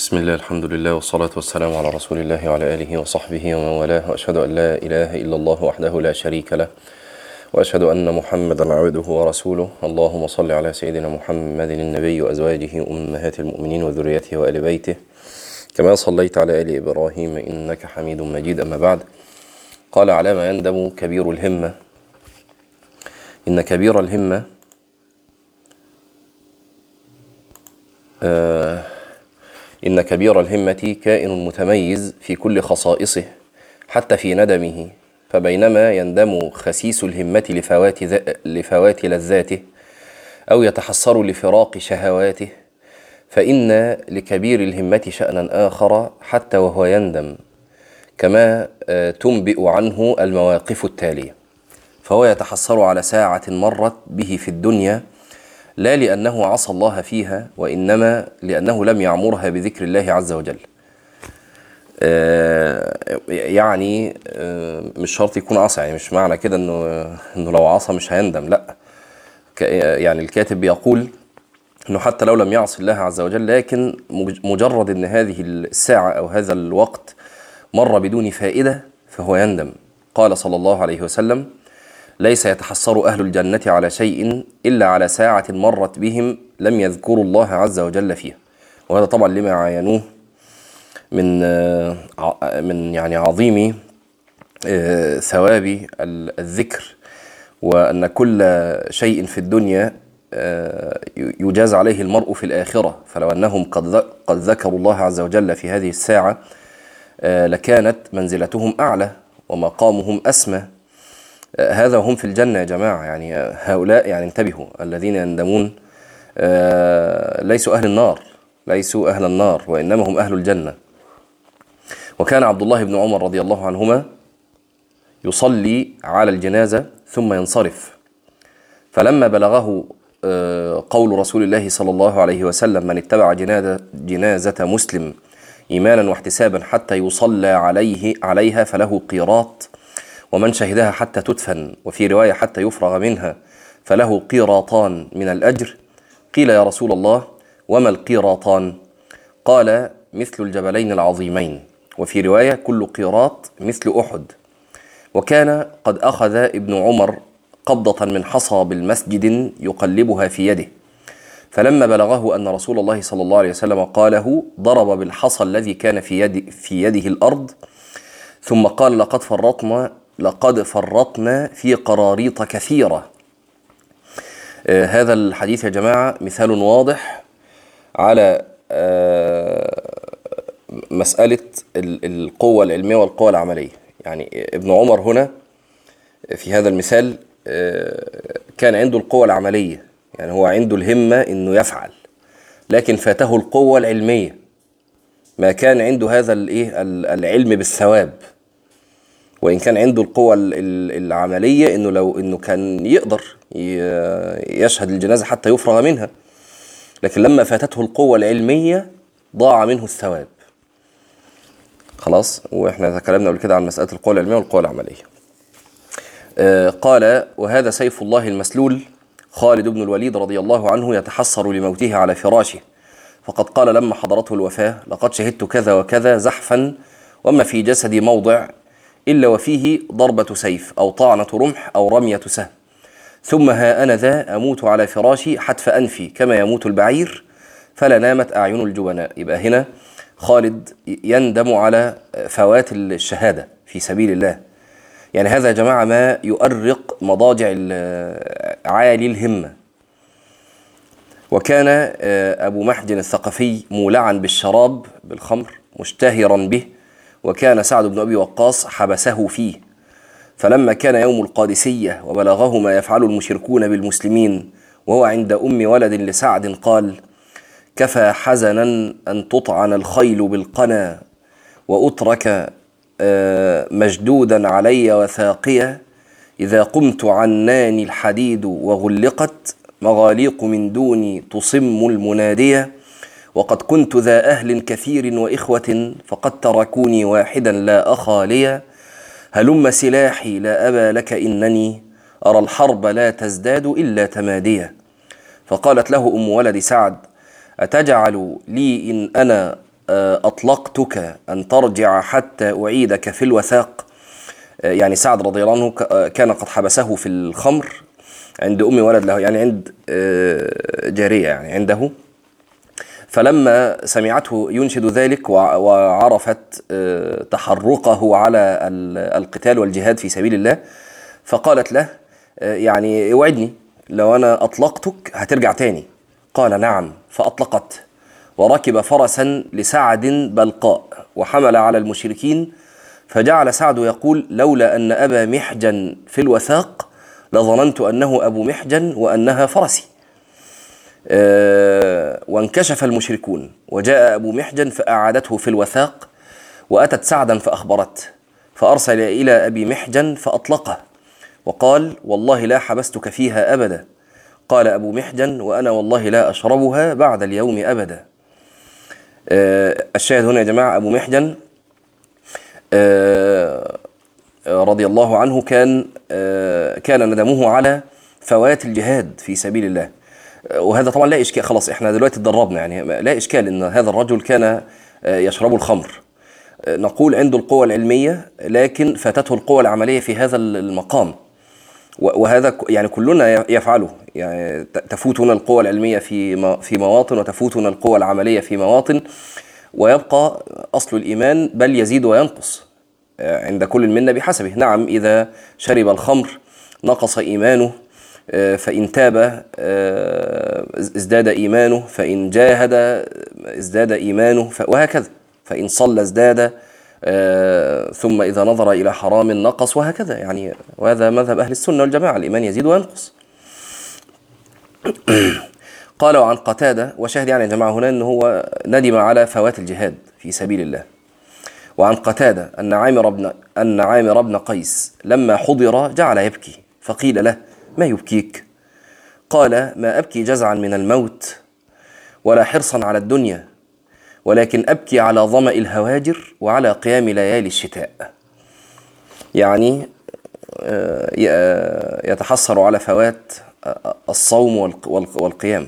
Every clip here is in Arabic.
بسم الله، الحمد لله، والصلاة والسلام على رسول الله وعلى آله وصحبه ومن والاه، وأشهد أن لا إله إلا الله وحده لا شريك له، وأشهد أن محمدا عبده ورسوله. اللهم صل على سيدنا محمد النبي وأزواجه أمهات المؤمنين وذريته وآل بيته كما صليت على آل إبراهيم إنك حميد مجيد. أما بعد، قال: على ما يندم كبير الهمة. إن كبير الهمة إن كبير الهمة كائن متميز في كل خصائصه حتى في ندمه، فبينما يندم خسيس الهمة لفوات لذاته أو يتحسر لفراق شهواته، فإن لكبير الهمة شأنا آخر حتى وهو يندم، كما تنبئ عنه المواقف التالية. فهو يتحسر على ساعة مرت به في الدنيا، لا لأنه عصى الله فيها، وإنما لأنه لم يعمرها بذكر الله عز وجل. يعني مش شرط يكون عصى، يعني مش معنى كده إنه لو عصى مش هيندم، لا. يعني الكاتب بيقول إنه حتى لو لم يعصي الله عز وجل، لكن مجرد إن هذه الساعة أو هذا الوقت مر بدون فائدة فهو يندم. قال صلى الله عليه وسلم: ليس يتحسر أهل الجنة على شيء إلا على ساعة مرت بهم لم يذكروا الله عز وجل فيها. وهذا طبعا لما عاينوه من يعني عظيم ثواب الذكر، وأن كل شيء في الدنيا يجاز عليه المرء في الآخرة. فلو أنهم قد ذكروا الله عز وجل في هذه الساعة لكانت منزلتهم أعلى ومقامهم أسمى. هذا هم في الجنة يا جماعة. يعني هؤلاء، يعني انتبهوا، الذين يندمون ليسوا أهل النار، وإنما هم أهل الجنة. وكان عبد الله بن عمر رضي الله عنهما يصلي على الجنازة ثم ينصرف، فلما بلغه قول رسول الله صلى الله عليه وسلم: من اتبع جنازة مسلم إيمانا واحتسابا حتى يصلى عليها فله قيراط، ومن شهدها حتى تدفن، وفي رواية حتى يفرغ منها، فله قيراطان من الأجر. قيل: يا رسول الله، وما القيراطان؟ قال: مثل الجبلين العظيمين، وفي رواية كل قيراط مثل أحد. وكان قد أخذ ابن عمر قبضة من حصى بالمسجد يقلبها في يده، فلما بلغه أن رسول الله صلى الله عليه وسلم قاله ضرب بالحصى الذي كان في يده الأرض، ثم قال: لقد فرطنا في قراريط كثيرة. هذا الحديث يا جماعة مثال واضح على مسألة القوة العلمية والقوة العملية. يعني ابن عمر هنا في هذا المثال كان عنده القوة العملية، يعني هو عنده الهمة إنه يفعل، لكن فاته القوة العلمية، ما كان عنده هذا العلم بالثواب. وإن كان عنده القوة العملية إنه كان يقدر يشهد الجنازة حتى يفرغ منها، لكن لما فاتته القوة العلمية ضاع منه الثواب. خلاص، وإحنا تكلمنا قبل كده عن مسألة القوة العلمية والقوة العملية. قال: وهذا سيف الله المسلول خالد بن الوليد رضي الله عنه يتحسر لموته على فراشه، فقد قال لما حضرته الوفاة: لقد شهدت كذا وكذا زحفا، وما في جسدي موضع إلا وفيه ضربة سيف أو طعنة رمح أو رمية سهم، ثم ها أنا ذا أموت على فراشي حتف أنفي كما يموت البعير، فلا نامت أعين الجبناء. يبقى هنا خالد يندم على فوات الشهادة في سبيل الله. يعني هذا يا جماعة ما يؤرق مضاجع عالي الهمة. وكان أبو محجن الثقفي مولعا بالشراب بالخمر مشتهرا به، وكان سعد بن أبي وقاص حبسه فيه، فلما كان يوم القادسية وبلغه ما يفعل المشركون بالمسلمين وهو عند أم ولد لسعد قال: كفى حزنا أن تطعن الخيل بالقنا وأترك مجدودا علي وثاقيا، إذا قمت عناني الحديد وغلقت مغاليق من دوني تصم المنادية، وقد كنت ذا أهل كثير وإخوة فقد تركوني واحدا لا أخا لي، هلم سلاحي لا أبا لك إنني أرى الحرب لا تزداد إلا تماديا. فقالت له أم ولد سعد: أتجعل لي إن أنا أطلقتك أن ترجع حتى أعيدك في الوثاق. يعني سعد رضي الله عنه كان قد حبسه في الخمر عند أم ولد له، يعني عند جارية يعني عنده. فلما سمعته ينشد ذلك وعرفت تحرقه على القتال والجهاد في سبيل الله، فقالت له يعني اوعدني لو أنا أطلقتك هترجع تاني. قال نعم، فأطلقت وركب فرسا لسعد بلقاء وحمل على المشركين. فجعل سعد يقول لولا أن أبا محجن في الوثاق لظننت أنه أبو محجن وأنها فرسي. وانكشف المشركون وجاء أبو محجن فأعادته في الوثاق، وأتت سعدا فأخبرته، فأرسل إلى أبي محجن فأطلقه وقال والله لا حبستك فيها أبدا. قال أبو محجن وأنا والله لا أشربها بعد اليوم أبدا. الشاهد هنا يا جماعة أبو محجن رضي الله عنه كان ندمه على فوات الجهاد في سبيل الله. وهذا طبعا لا إشكال، خلاص احنا دلوقتي اتدربنا، يعني لا إشكال ان هذا الرجل كان يشرب الخمر. نقول عنده القوة العلمية لكن فاتته القوة العملية في هذا المقام، وهذا يعني كلنا يفعله. يعني تفوتنا القوة العلمية في مواطن وتفوتنا القوة العملية في مواطن، ويبقى أصل الإيمان بل يزيد وينقص عند كل منا بحسبه. نعم إذا شرب الخمر نقص إيمانه، فإن تاب ازداد إيمانه، فإن جاهد ازداد إيمانه، وهكذا. فإن صلى ازداد، ثم إذا نظر إلى حرام نقص، وهكذا يعني. وهذا مذهب أهل السنة والجماعة، الإيمان يزيد وينقص. قال وعن قتادة، وشاهد يعني يا جماعة هنا أنه هو ندم على فوات الجهاد في سبيل الله. وعن قتادة أن عامر بن قيس لما حضر جعل يبكي، فقيل له ما يبكيك؟ قال ما أبكي جزعا من الموت ولا حرصا على الدنيا، ولكن أبكي على ظمأ الهواجر وعلى قيام ليالي الشتاء. يعني يتحسر على فوات الصوم والقيام.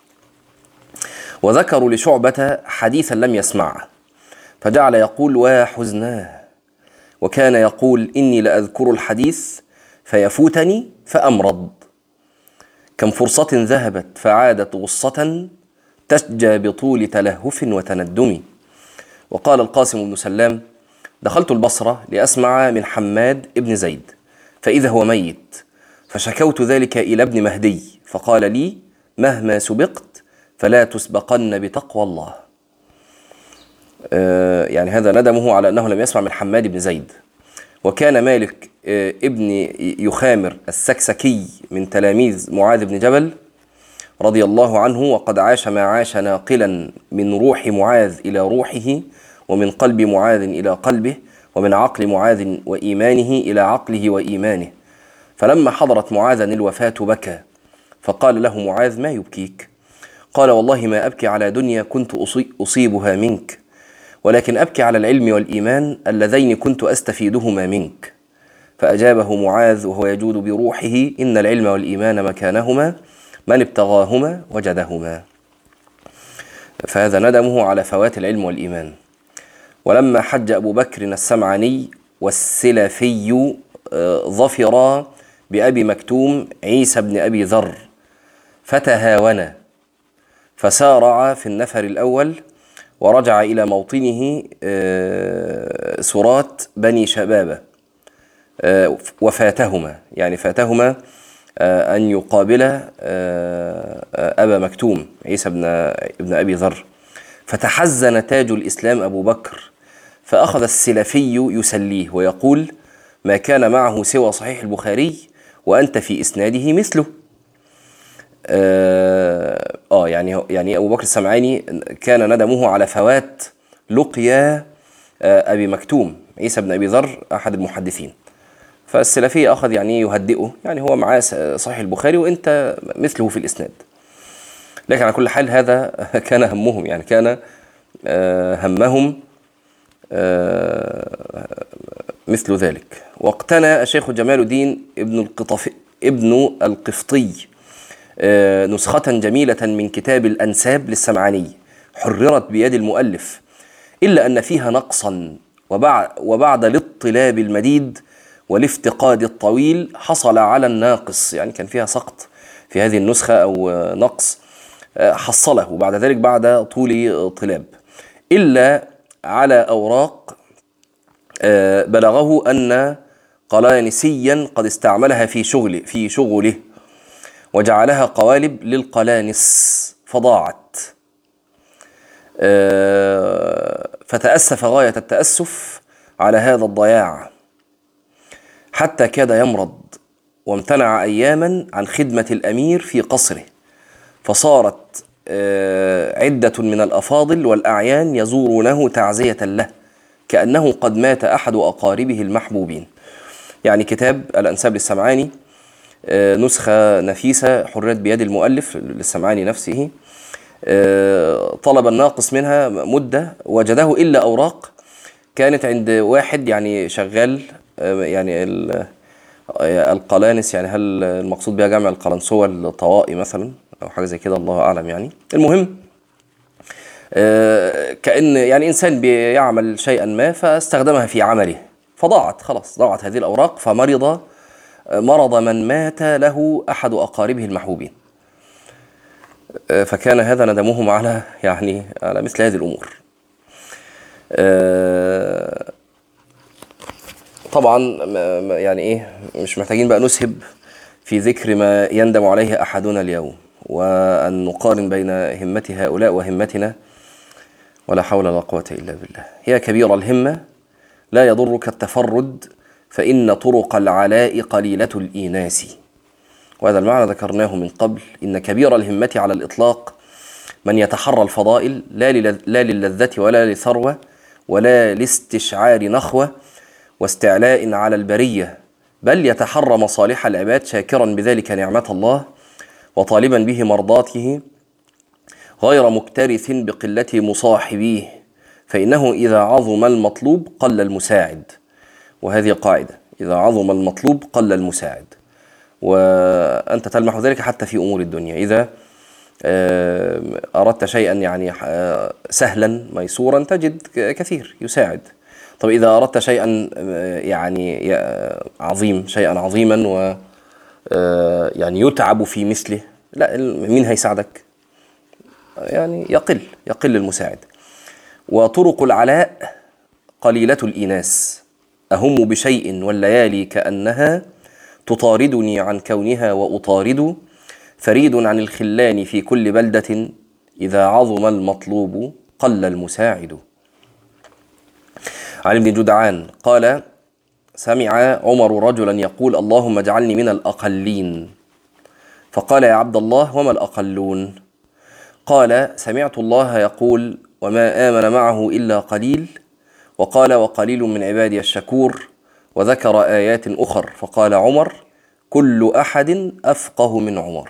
وذكروا لشعبة حديثا لم يسمعه فجعل يقول وحزناه، وكان يقول إني لأذكر الحديث فيفوتني فأمرض، كم فرصة ذهبت فعادت غصة تشجى بطول تلهف وتندم. وقال القاسم بن سلام دخلت البصرة لأسمع من حماد ابن زيد فإذا هو ميت، فشكوت ذلك إلى ابن مهدي فقال لي مهما سبقت فلا تسبقن بتقوى الله. يعني هذا ندمه على أنه لم يسمع من حماد بن زيد. وكان مالك ابن يخامر السكسكي من تلاميذ معاذ بن جبل رضي الله عنه، وقد عاش ما عاش ناقلا من روح معاذ إلى روحه، ومن قلب معاذ إلى قلبه، ومن عقل معاذ وإيمانه إلى عقله وإيمانه. فلما حضرت معاذا الوفاة بكى، فقال له معاذ ما يبكيك؟ قال والله ما أبكي على دنيا كنت أصيبها منك، ولكن أبكي على العلم والإيمان اللذين كنت أستفيدهما منك. فأجابه معاذ وهو يجود بروحه إن العلم والإيمان مكانهما، من ابتغاهما وجدهما. فهذا ندمه على فوات العلم والإيمان. ولما حج أبو بكر السمعاني والسلفي ظفرا بأبي مكتوم عيسى بن أبي ذر فتهاونا، فسارع في النفر الأول ورجع إلى موطنه سرات بني شبابة، وفاتهما يعني فاتهما أن يقابل أبا مكتوم عيسى بن أبي ذر. فتحزن تاج الإسلام أبو بكر، فأخذ السلفي يسليه ويقول ما كان معه سوى صحيح البخاري وأنت في إسناده مثله. يعني أبو بكر السمعاني كان ندمه على فوات لقيا أبي مكتوم عيسى بن أبي ذر أحد المحدثين. فالسلفي أخذ يعني يهدئه، يعني هو معاه صحيح البخاري وأنت مثله في الإسناد. لكن على كل حال هذا كان همهم، يعني كان همهم مثل ذلك. واقتنى الشيخ جمال الدين ابن القفطي نسخة جميلة من كتاب الأنساب للسمعاني، حررت بيد المؤلف، إلا أن فيها نقصا، وبعد الاطلاب المديد والافتقاد الطويل حصل على الناقص، يعني كان فيها سقط في هذه النسخة أو نقص حصله بعد ذلك بعد طول طلاب، إلا على أوراق بلغه أن قلانسيا قد استعملها في شغله وجعلها قوالب للقلانس فضاعت، فتأسف غاية التأسف على هذا الضياع، حتى كاد يمرض، وامتنع أياما عن خدمة الأمير في قصره، فصارت عدة من الأفاضل والأعيان يزورونه تعزية له كأنه قد مات أحد أقاربه المحبوبين. يعني كتاب الأنساب للسمعاني نسخة نفيسة حررت بيد المؤلف للسمعاني نفسه، طلب الناقص منها مدة وجده إلا أوراق كانت عند واحد يعني شغال، يعني القلانس، يعني هل المقصود بها جمع القلنسوة الطوائي مثلا أو حاجة زي كده، الله أعلم. يعني المهم كأن يعني إنسان بيعمل شيئا ما فاستخدمها في عمله فضاعت، خلاص ضاعت هذه الأوراق، فمرض مرض من مات له أحد أقاربه المحبوبين، فكان هذا ندمهم على على مثل هذه الأمور. طبعا يعني مش محتاجين بقى نسهب في ذكر ما يندم عليه أحدنا اليوم، وأن نقارن بين همة هؤلاء وهمتنا، ولا حول ولا قوة إلا بالله. هي كبير الهمة لا يضرك التفرد، فإن طرق العلاء قليلة الإيناس. وهذا المعنى ذكرناه من قبل. إن كبير الهمة على الإطلاق من يتحرى الفضائل لا للذة ولا لثروة ولا لاستشعار نخوة واستعلاء على البرية، بل يتحرى مصالح العباد شاكرا بذلك نعمة الله وطالبا به مرضاته، غير مكترث بقلة مصاحبيه، فإنه إذا عظم المطلوب قل المساعد. وهذه قاعدة: إذا عظم المطلوب قل المساعد. وأنت تلمح ذلك حتى في أمور الدنيا. إذا أردت شيئا سهلا ميسورا تجد كثير يساعد. طب إذا أردت شيئا عظيم، شيئا عظيما و يتعب في مثله، لا، مين هيساعدك؟ يقل المساعد. وطرق العلاء قليلة الإيناس، أهم بشيء والليالي كأنها تطاردني عن كونها وأطارد، فريد عن الخلان في كل بلدة، إذا عظم المطلوب قل المساعد. عن ابن جدعان قال: سمع عمر رجلا يقول: اللهم اجعلني من الأقلين. فقال: يا عبد الله، وما الأقلون؟ قال: سمعت الله يقول: وما آمن معه إلا قليل، وقال: وقليل من عبادي الشكور، وذكر آيات أخر. فقال عمر: كل أحد أفقه من عمر.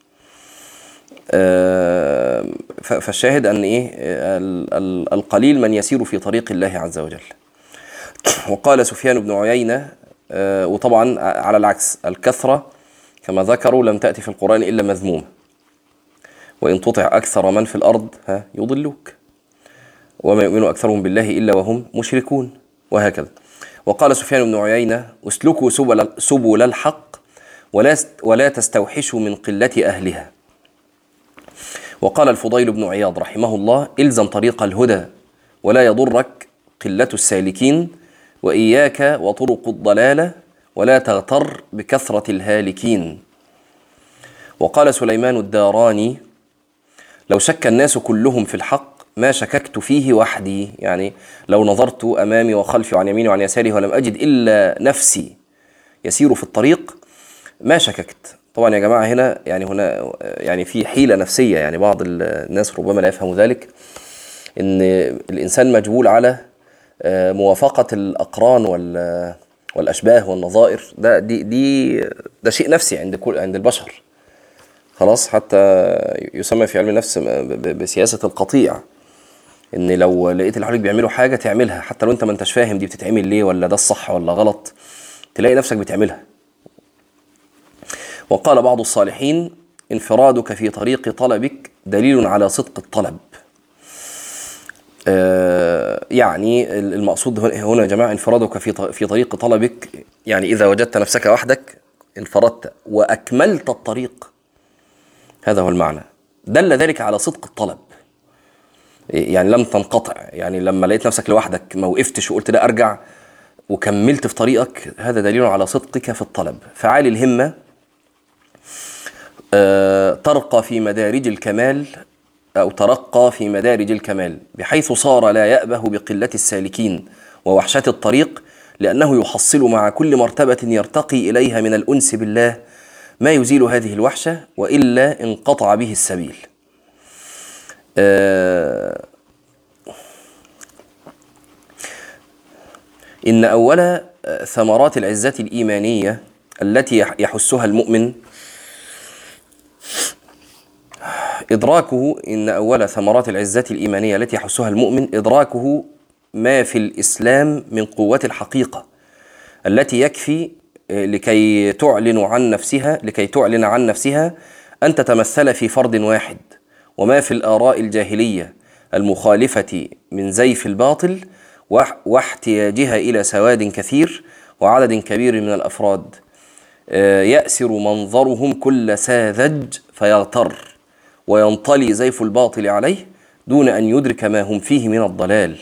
فالشاهد أن القليل من يسير في طريق الله عز وجل. وقال سفيان بن عيينة، وطبعا على العكس، الكثرة كما ذكروا لم تأتي في القرآن إلا مذمومة، وإن تطع أكثر من في الأرض يضلوك، وما يؤمن أكثرهم بالله إلا وهم مشركون، وهكذا. وقال سفيان بن عيينة: اسلكوا سبل الحق ولا تستوحشوا من قلة أهلها. وقال الفضيل بن عياض رحمه الله: إلزم طريق الهدى ولا يضرك قلة السالكين، وإياك وطرق الضلالة ولا تغتر بكثرة الهالكين. وقال سليمان الداراني: لو شك الناس كلهم في الحق ما شككت فيه وحدي. يعني لو نظرت أمامي وخلفي وعن يميني وعن يساري ولم أجد إلا نفسي يسير في الطريق ما شككت. طبعا يا جماعة هنا في حيلة نفسية، بعض الناس ربما لا يفهم ذلك، إن الإنسان مجبول على موافقة الأقران والأشباه والنظائر. ده شيء نفسي عند البشر، خلاص. حتى يسمى في علم النفس بسياسة القطيع، إن لو لقيت اللي حواليك بيعملوا حاجة تعملها، حتى لو أنت ما أنتش فاهم دي بتتعمل ليه ولا ده الصح ولا غلط، تلاقي نفسك بتعملها. وقال بعض الصالحين: انفرادك في طريق طلبك دليل على صدق الطلب. يعني المقصود هنا يا جماعة انفرادك في طريق طلبك، يعني إذا وجدت نفسك وحدك انفردت وأكملت الطريق، هذا هو المعنى. دل ذلك على صدق الطلب، يعني لم تنقطع، يعني لما لقيت نفسك لوحدك ما وقفتش وقلت لا أرجع وكملت في طريقك، هذا دليل على صدقك في الطلب. فعالي الهمة ترقى في مدارج الكمال، أو ترقى في مدارج الكمال، بحيث صار لا يأبه بقلة السالكين ووحشة الطريق، لأنه يحصل مع كل مرتبة يرتقي إليها من الأنس بالله ما يزيل هذه الوحشة، وإلا انقطع به السبيل. إن أول ثمرات العزة الإيمانية التي يحسها المؤمن إن أول ثمرات العزة الإيمانية التي يحسها المؤمن إدراكه ما في الإسلام من قوة الحقيقة التي يكفي لكي تعلن عن نفسها أن تتمثل في فرد واحد، وما في الآراء الجاهلية المخالفة من زيف الباطل واحتياجها إلى سواد كثير وعدد كبير من الأفراد يأسر منظرهم كل ساذج فيغتر وينطلي زيف الباطل عليه دون أن يدرك ما هم فيه من الضلال.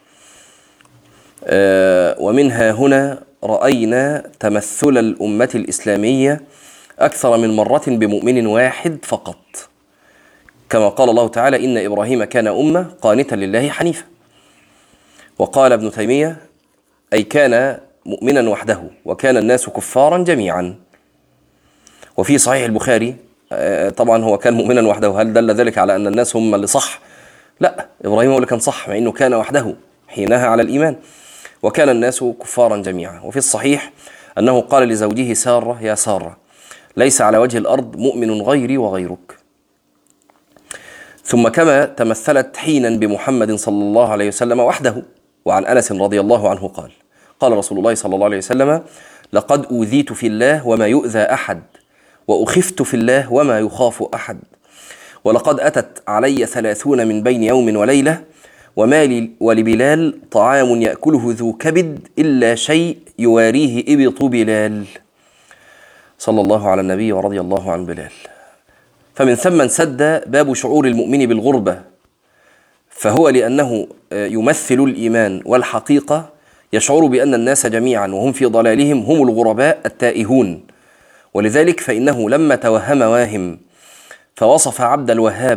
ومنها هنا رأينا تمثل الأمة الإسلامية أكثر من مرة بمؤمن واحد فقط، كما قال الله تعالى: إن إبراهيم كان أمة قانتا لله حنيفا. وقال ابن تيمية: أي كان مؤمنا وحده وكان الناس كفارا جميعا. وفي صحيح البخاري، طبعا هو كان مؤمنا وحده، هل دل ذلك على أن الناس هم اللي صح؟ لا، إبراهيم هو اللي كان صح، مع أنه كان وحده حينها على الإيمان، وكان الناس كفارا جميعا. وفي الصحيح أنه قال لزوجه سارة: يا سارة، ليس على وجه الأرض مؤمن غيري وغيرك. ثم كما تمثلت حينا بمحمد صلى الله عليه وسلم وحده. وعن أنس رضي الله عنه قال: قال رسول الله صلى الله عليه وسلم: لقد أوذيت في الله وما يؤذى أحد، وأخفت في الله وما يخاف أحد، ولقد أتت علي 30 من بين يوم وليلة، وما ولبلال طعام يأكله ذو كبد إلا شيء يواريه إبط بلال. صلى الله على النبي ورضي الله عن بلال. فمن ثم انسد باب شعور المؤمن بالغربة، فهو لأنه يمثل الإيمان والحقيقة يشعر بأن الناس جميعا وهم في ضلالهم هم الغرباء التائهون. ولذلك فإنه لما توهم واهم فوصف عبد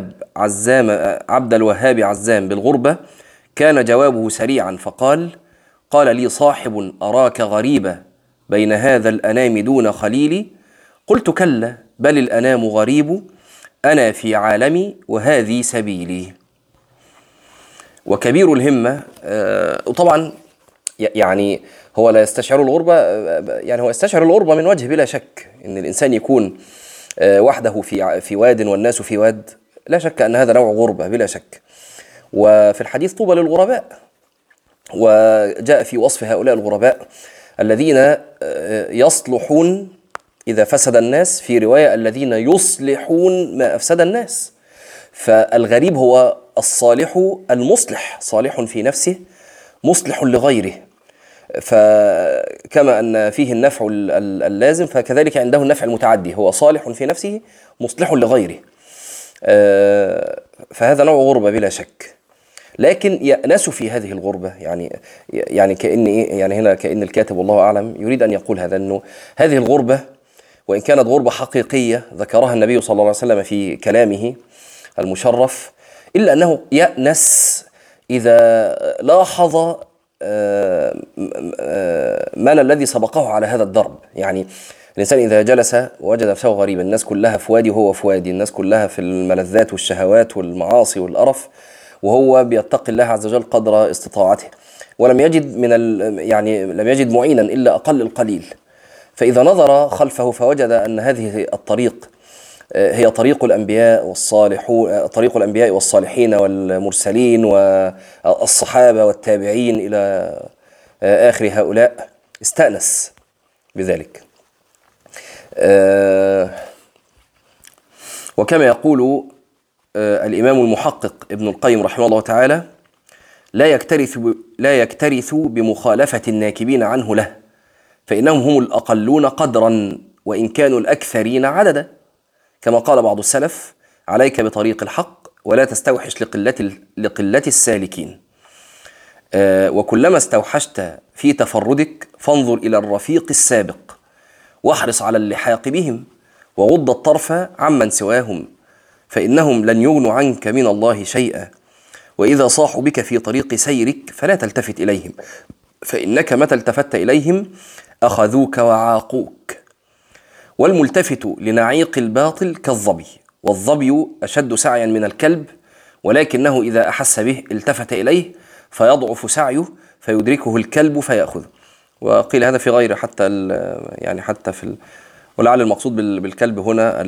الوهاب عزام بالغربة، كان جوابه سريعا فقال: قال لي صاحب: أراك غريبة بين هذا الأنام دون خليلي، قلت: كلا، بل الأنام غريب، أنا في عالمي وهذه سبيلي. وكبير الهمة، وطبعا يعني هو لا يستشعر الغربة، يعني هو يستشعر الغربة من وجه بلا شك، إن الإنسان يكون وحده في واد والناس في واد، لا شك أن هذا نوع غربة بلا شك. وفي الحديث: طوبى للغرباء. وجاء في وصف هؤلاء الغرباء الذين يصلحون إذا فسد الناس، في رواية: الذين يصلحون ما أفسد الناس. فالغريب هو الصالح المصلح، صالح في نفسه مصلح لغيره. فكما أن فيه النفع اللازم، فكذلك عنده النفع المتعدي، هو صالح في نفسه مصلح لغيره. فهذا نوع غربة بلا شك، لكن يأنس في هذه الغربة. يعني كأن يعني هنا كأن الكاتب والله أعلم يريد أن يقول هذا، أنه هذه الغربة وإن كانت غربة حقيقية ذكرها النبي صلى الله عليه وسلم في كلامه المشرف، إلا أنه يأنس إذا لاحظ من الذي سبقه على هذا الدرب. يعني الإنسان إذا جلس ووجد نفسه غريبا، الناس كلها في وادي وهو في وادي، الناس كلها في الملذات والشهوات والمعاصي والقرف، وهو بيتقي الله عز وجل قدر استطاعته، ولم يجد لم يجد معينا إلا أقل القليل. فإذا نظر خلفه فوجد أن هذه الطريق هي طريق الأنبياء والصالحين والمرسلين والصحابة والتابعين إلى آخر هؤلاء، استأنس بذلك. وكما يقول الإمام المحقق ابن القيم رحمه الله تعالى: لا يكترث بمخالفة الناكبين عنه له، فإنهم هم الأقلون قدرا وإن كانوا الأكثرين عددا، كما قال بعض السلف: عليك بطريق الحق ولا تستوحش لقلة السالكين. وكلما استوحشت في تفردك فانظر إلى الرفيق السابق واحرص على اللحاق بهم، وغض الطرف عمن سواهم، فإنهم لن يغنوا عنك من الله شيئا. وإذا صاحوا بك في طريق سيرك فلا تلتفت إليهم، فإنك متى التفت إليهم أخذوك وعاقوك. والملتفت لنعيق الباطل كالظبي، والظبي أشد سعيا من الكلب، ولكنه إذا أحس به التفت إليه فيضعف سعيه فيدركه الكلب فيأخذه. وقيل هذا في غير حتى يعني حتى في ولعل المقصود بالكلب هنا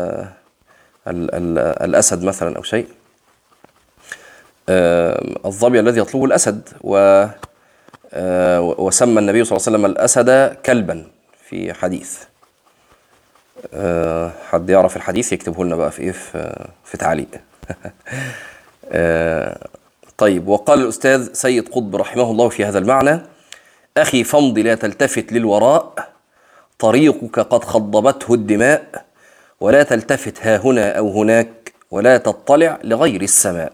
الأسد مثلا أو شيء. الظبي الذي يطلبه الأسد، وسمى النبي صلى الله عليه وسلم الأسد كلبا في حديث. حد يعرف الحديث يكتبه لنا بقى في تعليق. طيب. وقال الأستاذ سيد قطب رحمه الله في هذا المعنى: أخي فامض لا تلتفت للوراء، طريقك قد خضبته الدماء، ولا تلتفت ها هنا أو هناك، ولا تطلع لغير السماء.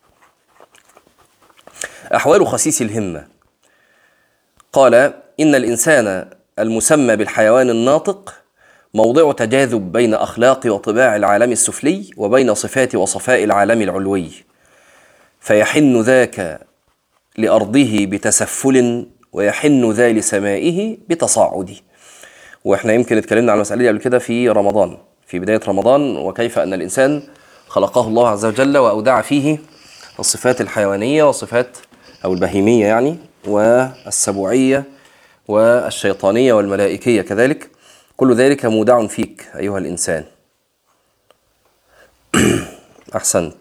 أحوال خسيس الهمة. قال: إن الإنسان المسمى بالحيوان الناطق موضع تجاذب بين أخلاق وطباع العالم السفلي وبين صفات وصفاء العالم العلوي، فيحن ذاك لأرضه بتسفل ويحن ذا لسمائه بتصاعد. وإحنا يمكن اتكلمنا عن المسألة دي قبل كده في رمضان، في بداية رمضان، وكيف أن الإنسان خلقه الله عز وجل وأودع فيه الصفات الحيوانية والصفات أو البهيمية يعني، والسبوعية والشيطانية والملائكية كذلك. كل ذلك مودع فيك أيها الإنسان. أحسنت.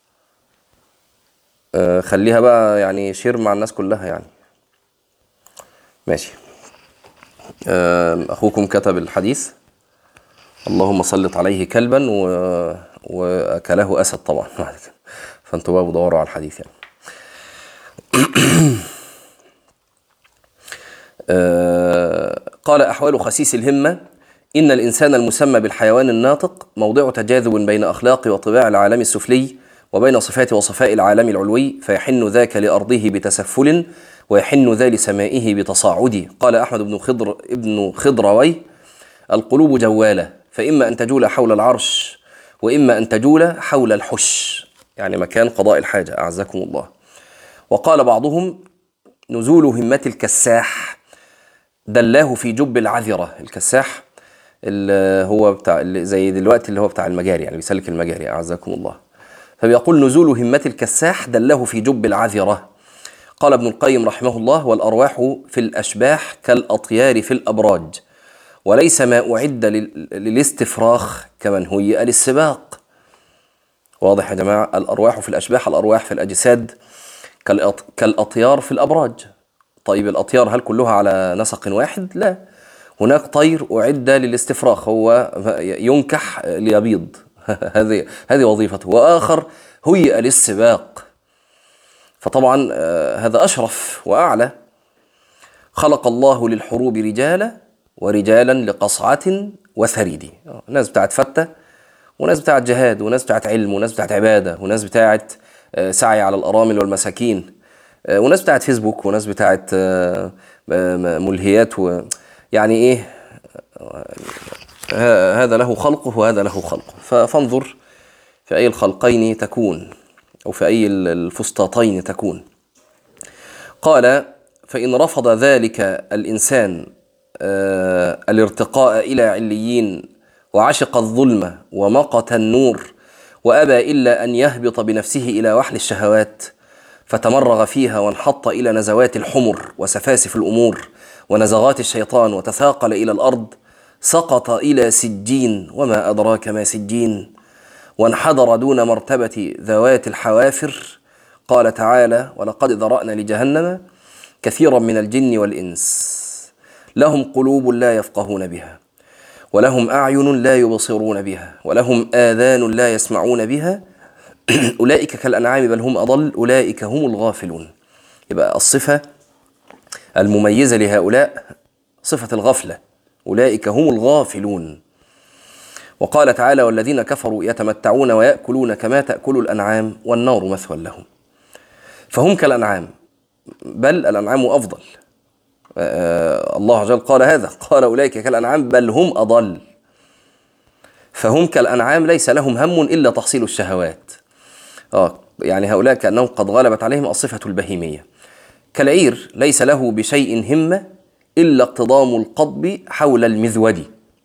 خليها بقى يعني شير مع الناس كلها يعني. ماشي. أخوكم كتب الحديث: اللهم سلط عليه كلبا وأكله أسد طبعا. فأنتوا بقى بدوروا على الحديث يعني. قال: أحوال خسيس الهمة. إن الإنسان المسمى بالحيوان الناطق موضع تجاذب بين أخلاق وطباع العالم السفلي وبين صفات وصفاء العالم العلوي، فيحن ذاك لأرضه بتسفل ويحن ذا لسمائه بتصاعد. قال أحمد ابن خضروي: القلوب جوالة، فإما أن تجول حول العرش وإما أن تجول حول الحش، يعني مكان قضاء الحاجة أعزكم الله. وقال بعضهم: نزول همة الكساح دلاه في جب العذرة. الكساح اللي هو بتاع زي دلوقتي اللي هو بتاع المجاري، يعني بيسلك المجاري أعزكم الله. فبيقول: نزول همة الكساح دلاه في جب العذرة. قال ابن القيم رحمه الله: والأرواح في الأشباح كالأطيار في الأبراج، وليس ما أعد للاستفراخ كمن هيئ للسباق. واضح يا جماعة؟ الأرواح في الأشباح، الأرواح في الأجساد كالأطيار في الأبراج. طيب الأطيار هل كلها على نسق واحد؟ لا، هناك طير أعد للاستفراخ، هو ينكح ليبيض. هذه وظيفته، وآخر هيئ للسباق، فطبعا هذا أشرف وأعلى. خلق الله للحروب رجالا ورجالا لقصعة وثريد. ناس بتاعت فتة، وناس بتاعت جهاد، وناس بتاعت علم، وناس بتاعت عبادة، وناس بتاعت سعي على الأرامل والمساكين، وناس بتاعت فيسبوك، وناس بتاعت ملهيات يعني إيه، هذا له خلقه وهذا له خلقه. فانظر في أي الخلقين تكون، أو في أي الفسطاطين تكون. قال: فإن رفض ذلك الإنسان الارتقاء إلى عليين، وعشق الظلمة ومقت النور، وأبى إلا أن يهبط بنفسه إلى وحل الشهوات، فتمرغ فيها وانحط إلى نزوات الحمر وسفاسف الأمور ونزغات الشيطان، وتثاقل إلى الأرض، سقط إلى سجين، وما أدراك ما سجين، وانحدر دون مرتبة ذوات الحوافر. قال تعالى: ولقد ذرأنا لجهنم كثيرا من الجن والإنس لهم قلوب لا يفقهون بها، ولهم أعين لا يبصرون بها، ولهم آذان لا يسمعون بها، أولئك كالأنعام بل هم أضل، أولئك هم الغافلون. يبقى الصفة المميزة لهؤلاء صفة الغفلة، أولئك هم الغافلون. وقال تعالى: والذين كفروا يتمتعون ويأكلون كما تأكل الأنعام والنار مثوى لهم. فهم كالأنعام، بل الأنعام أفضل. الله عز وجل قال هذا، قال أولئك كالأنعام بل هم أضل. فهم كالأنعام ليس لهم هم إلا تحصيل الشهوات. يعني هؤلاء كأنهم قد غلبت عليهم الصفة البهيمية. كالعير ليس له بشيء همة إلا اقتضام القضب حول المذود.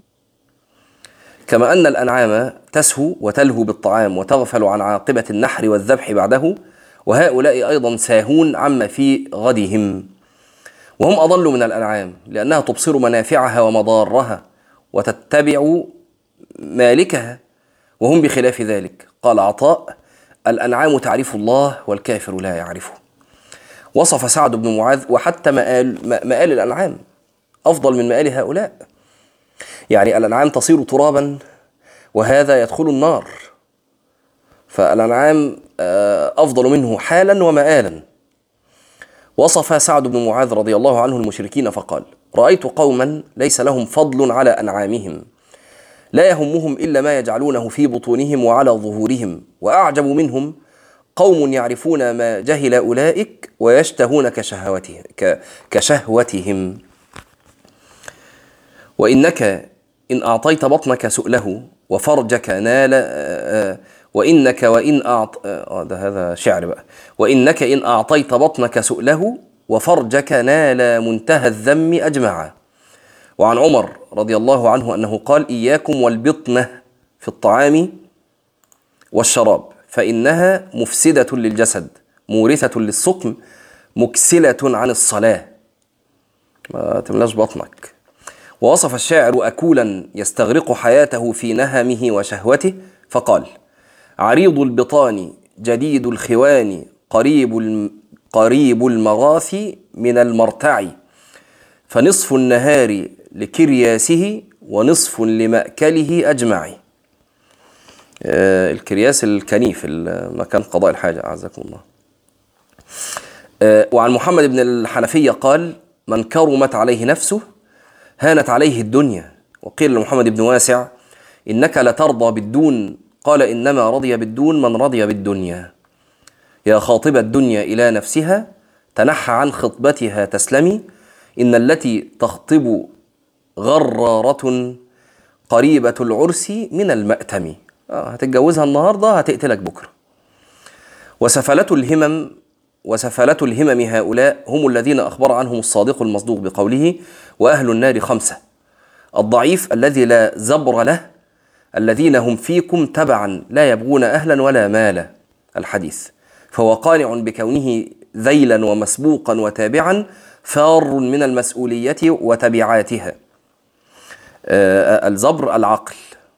كما أن الأنعام تسهو وتلهو بالطعام وتغفل عن عاقبة النحر والذبح بعده، وهؤلاء أيضا ساهون عما في غدهم. وهم أضل من الأنعام لأنها تبصر منافعها ومضارها وتتبع مالكها، وهم بخلاف ذلك. قال عطاء: الأنعام تعرف الله والكافر لا يعرفه. وصف سعد بن معاذ وحتى مآل الأنعام أفضل من مآل هؤلاء. يعني الأنعام تصير ترابا وهذا يدخل النار، فالأنعام أفضل منه حالا ومآلا. وصف سعد بن معاذ رضي الله عنه المشركين فقال: رأيت قوما ليس لهم فضل على أنعامهم، لا يهمهم إلا ما يجعلونه في بطونهم وعلى ظهورهم، وأعجب منهم قوم يعرفون ما جهل أولئك ويشتهون كشهوتهم. وإنك إن أعطيت بطنك سؤله وفرجك نال وإنك وإن هذا شعر بقى. وإنك إن أعطيت بطنك سؤله وفرجك نال منتهى الذم أجمعا. وعن عمر رضي الله عنه أنه قال: إياكم والبطنة في الطعام والشراب فإنها مفسدة للجسد مورثة للسقم مكسلة عن الصلاة. ما تملاش بطنك. ووصف الشاعر أكولا يستغرق حياته في نهمه وشهوته فقال: عريض البطان جديد الخوان قريب المراثي من المرتع، فنصف النهار لكرياسه ونصف لمأكله أجمع. الكرياس الكنيف، مكان قضاء الحاجة أعزكم الله. وعن محمد بن الحنفية قال: من كرمت عليه نفسه هانت عليه الدنيا. وقيل لمحمد بن واسع: إنك لترضى بالدون؟ قال: إنما رضي بالدون من رضي بالدنيا. يا خاطب الدنيا إلى نفسها تنحى عن خطبتها تسلمي، إن التي تخطب غرارة قريبة العرس من المأتم. هتتجوزها النهاردة هتقتلك بكرة. وسفلة الهمم هؤلاء هم الذين أخبر عنهم الصادق المصدوق بقوله: وأهل النار خمسة: الضعيف الذي لا زبر له، الذين هم فيكم تبعا لا يبغون أهلا ولا مالا، الحديث. فهو قانع بكونه ذيلا ومسبوقا وتابعا فار من المسؤولية وتبعاتها. الزبر العقل.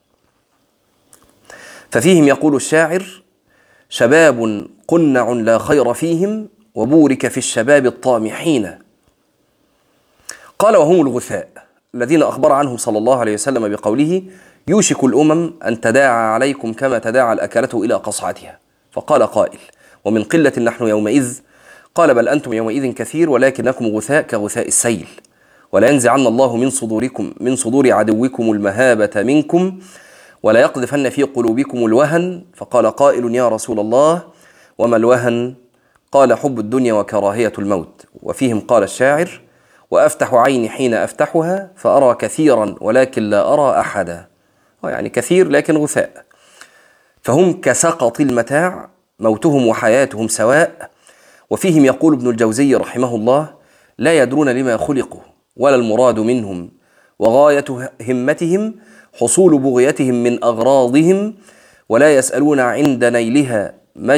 ففيهم يقول الشاعر: شباب قنع لا خير فيهم وبورك في الشباب الطامحين. قال: وهم الغثاء الذين أخبر عنهم صلى الله عليه وسلم بقوله: يوشك الأمم أن تداعى عليكم كما تداعى الأكلة إلى قصعتها. فقال قائل: ومن قلة نحن يومئذ؟ قال: بل أنتم يومئذ كثير ولكنكم غثاء كغثاء السيل، ولا ينزعن الله من صدور عدوكم المهابة منكم ولا يقذفن في قلوبكم الوهن. فقال قائل: يا رسول الله وما الوهن؟ قال: حب الدنيا وكراهية الموت. وفيهم قال الشاعر: وأفتح عيني حين أفتحها فأرى كثيرا ولكن لا أرى أحدا. يعني كثير لكن غثاء. فهم كسقط المتاع، موتهم وحياتهم سواء. وفيهم يقول ابن الجوزي رحمه الله: لا يدرون لما خلقوا ولا المراد منهم، وغاية همتهم حصول بغيتهم من أغراضهم، ولا يسألون عند نيلها ما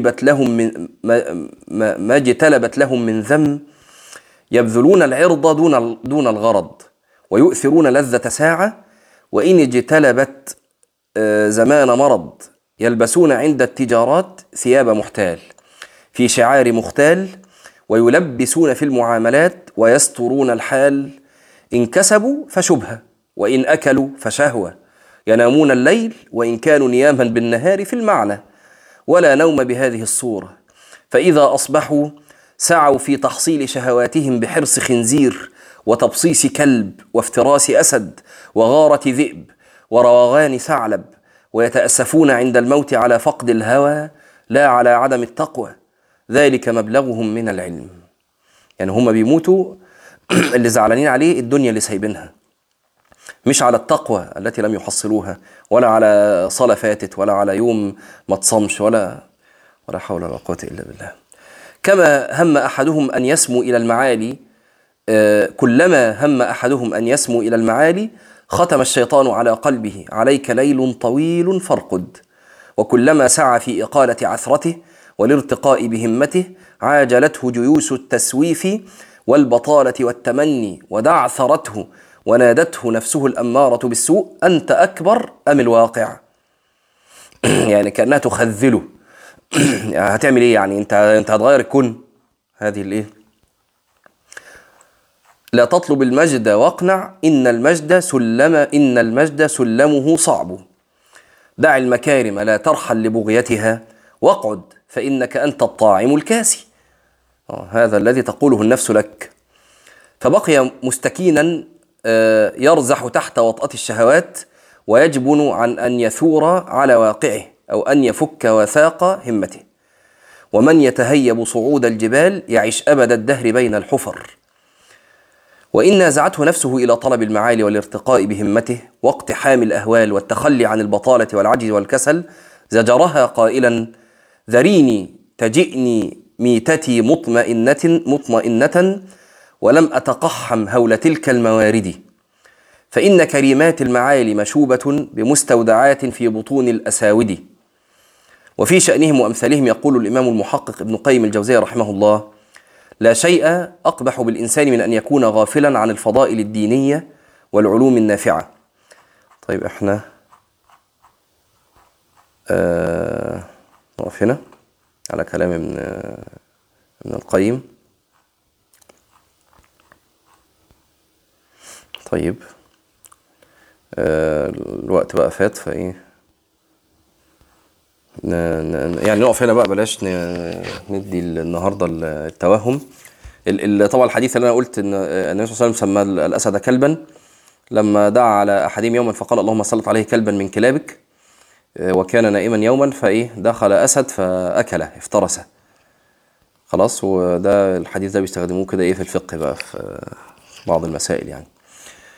اجتلبت لهم من ذم. يبذلون العرض دون الغرض، ويؤثرون لذة ساعة وإن اجتلبت زمان مرض. يلبسون عند التجارات ثياب محتال في شعار مختال، ويلبسون في المعاملات ويسترون الحال. إن كسبوا فشبهة وإن أكلوا فشهوة. ينامون الليل وإن كانوا نياما بالنهار في المعنى، ولا نوم بهذه الصورة. فإذا أصبحوا سعوا في تحصيل شهواتهم بحرص خنزير وتبصيص كلب وافتراس أسد وغارة ذئب وروغان ثعلب، ويتأسفون عند الموت على فقد الهوى لا على عدم التقوى، ذلك مبلغهم من العلم. يعني هم بيموتوا اللي زعلانين عليه الدنيا اللي سايبينها، مش على التقوى التي لم يحصلوها، ولا على صلاة فاتت، ولا على يوم ما تصمش، ولا حول ولا قوة إلا بالله. كما هم أحدهم أن يسمو إلى المعالي، كلما هم أحدهم أن يسمو إلى المعالي ختم الشيطان على قلبه: عليك ليل طويل فارقد. وكلما سعى في إقالة عثرته والارتقاء بهمته عاجلته جيوش التسويف والبطالة والتمني ودعثرته ونادته نفسه الأمارة بالسوء: أنت أكبر أم الواقع؟ يعني كأنها تخذله. هتعمل إيه يعني؟ أنت هتغير الكون؟ هذه الإيه؟ لا تطلب المجد واقنع، إن المجد سلمه صعب. دع المكارم لا ترحل لبغيتها، واقعد فإنك أنت الطاعم الكاسي. هذا الذي تقوله النفس لك. فبقي مستكينا يرزح تحت وطأة الشهوات، ويجبن عن أن يثور على واقعه أو أن يفك وثاق همته. ومن يتهيب صعود الجبال يعيش أبد الدهر بين الحفر. وإن نازعته نفسه إلى طلب المعالي والارتقاء بهمته واقتحام الأهوال والتخلي عن البطالة والعجز والكسل، زجرها قائلا: ذريني تجئني ميتتي مطمئنة ولم أتقحم هول تلك الموارد، فإن كريمات المعالي مشوبة بمستودعات في بطون الأساود. وفي شأنهم وأمثالهم يقول الإمام المحقق ابن قيم الجوزية رحمه الله: لا شيء أقبح بالإنسان من أن يكون غافلا عن الفضائل الدينية والعلوم النافعة. طيب احنا نقف هنا على كلام ابن القيم. طيب الوقت بقى فات، فايه يعني نقف هنا بقى، بلاش ندي النهارده التوهم. طبعا الحديث اللي انا قلت ان النبي صلى الله عليه وسلم سمى الاسد كلبا لما دعا على احدهم يوما فقال: اللهم سلط عليه كلبا من كلابك، وكان نائما يوما فايه دخل اسد فاكله افترسه. خلاص، وده الحديث ده بيستخدموه كده ايه في الفقه بقى في بعض المسائل يعني.